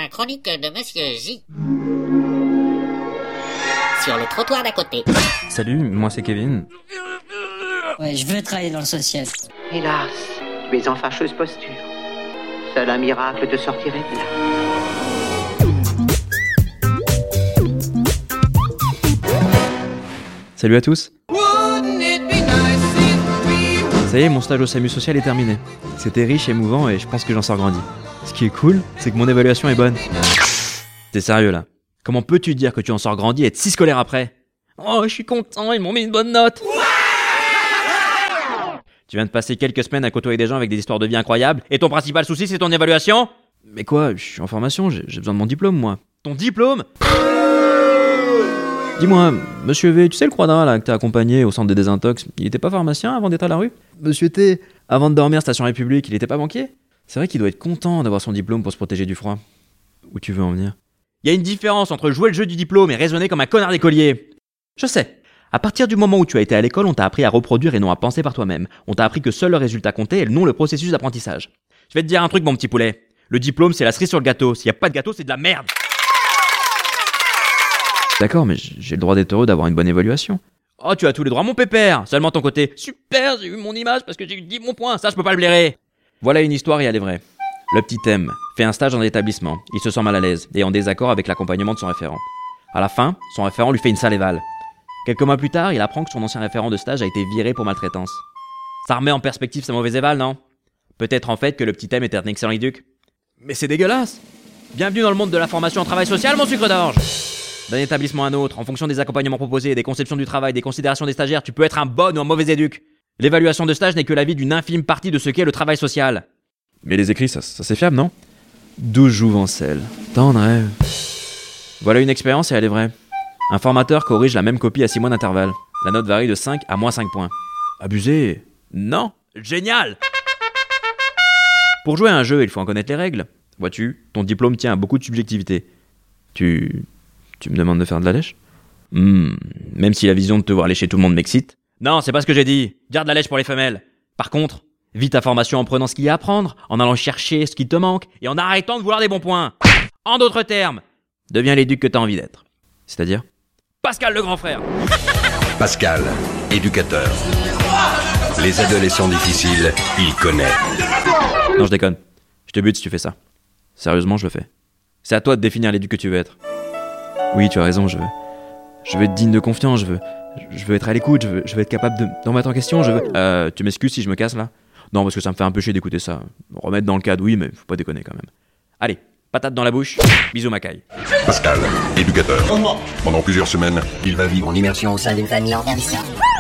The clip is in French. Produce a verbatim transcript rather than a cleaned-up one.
chronique de Monsieur J. Sur le trottoir d'à côté. Salut, moi c'est Kevin. Ouais, je veux travailler dans le social. Hélas, tu es en fâcheuse posture. Seul un miracle te sortirait de là. Salut à tous. Ça y est, mon stage au SAMU social est terminé. C'était riche, émouvant et je pense que j'en sors grandi. Ce qui est cool, c'est que mon évaluation est bonne. T'es sérieux là? Comment peux-tu dire que tu en sors grandi et être si scolaire après? Oh, je suis content, ils m'ont mis une bonne note. Tu viens de passer quelques semaines à côtoyer des gens avec des histoires de vie incroyables et ton principal souci c'est ton évaluation? Mais quoi, je suis en formation, j'ai, j'ai besoin de mon diplôme moi. Ton diplôme? Dis-moi, monsieur V, tu sais le croisat là que t'as accompagné au centre de désintox, il était pas pharmacien avant d'être à la rue? Monsieur T, avant de dormir station République, il était pas banquier? C'est vrai qu'il doit être content d'avoir son diplôme pour se protéger du froid. Où tu veux en venir? Il y a une différence entre jouer le jeu du diplôme et raisonner comme un connard d'écolier. Je sais. À partir du moment où tu as été à l'école, on t'a appris à reproduire et non à penser par toi-même. On t'a appris que seul le résultat comptait et non le processus d'apprentissage. Je vais te dire un truc, mon petit poulet. Le diplôme, c'est la cerise sur le gâteau. S'il n'y a pas de gâteau, c'est de la merde. D'accord, mais j'ai le droit d'être heureux d'avoir une bonne évaluation. Oh, tu as tous les droits, mon pépère. Seulement ton côté. Super, j'ai eu mon image parce que j'ai eu dix bons points. Ça, je peux pas le blairer. Voilà une histoire et elle est vraie. Le petit M fait un stage dans l'établissement. Il se sent mal à l'aise et en désaccord avec l'accompagnement de son référent. À la fin, son référent lui fait une sale éval. Quelques mois plus tard, il apprend que son ancien référent de stage a été viré pour maltraitance. Ça remet en perspective sa mauvaise éval, non? Peut-être en fait que le petit M était un excellent éduc. Mais c'est dégueulasse! Bienvenue dans le monde de la formation en travail social, mon sucre d'orge! D'un établissement à un autre, en fonction des accompagnements proposés, des conceptions du travail, des considérations des stagiaires, tu peux être un bon ou un mauvais éduc. L'évaluation de stage n'est que l'avis d'une infime partie de ce qu'est le travail social. Mais les écrits, ça, ça c'est fiable, non? Douze jouvencelles. Tant de rêve. Voilà une expérience et elle est vraie. Un formateur corrige la même copie à six mois d'intervalle. La note varie de cinq à moins cinq points. Abusé? Non. Génial! Pour jouer à un jeu, il faut en connaître les règles. Vois-tu, ton diplôme tient à beaucoup de subjectivité. Tu... Tu me demandes de faire de la lèche? Hmm, même si la vision de te voir lécher tout le monde m'excite. Non, c'est pas ce que j'ai dit. Garde la lèche pour les femelles. Par contre, vis ta formation en prenant ce qu'il y a à apprendre, en allant chercher ce qui te manque, et en arrêtant de vouloir des bons points. En d'autres termes, deviens l'éduc que t'as envie d'être. C'est-à-dire? Pascal le grand frère. Pascal, éducateur. Les adolescents difficiles, il connaît. Non, je déconne. Je te bute si tu fais ça. Sérieusement, je le fais. C'est à toi de définir l'éduc que tu veux être. Oui, tu as raison, je veux... Je veux être digne de confiance, je veux... Je veux être à l'écoute, je veux, je veux être capable de... d'en mettre en question, je veux... Euh, tu m'excuses si je me casse, là? Non, parce que ça me fait un peu chier d'écouter ça. Remettre dans le cadre, oui, mais faut pas déconner, quand même. Allez, patate dans la bouche, bisous Macaille. Pascal, éducateur. Pendant plusieurs semaines, il va vivre en immersion au sein d'une famille en perdition.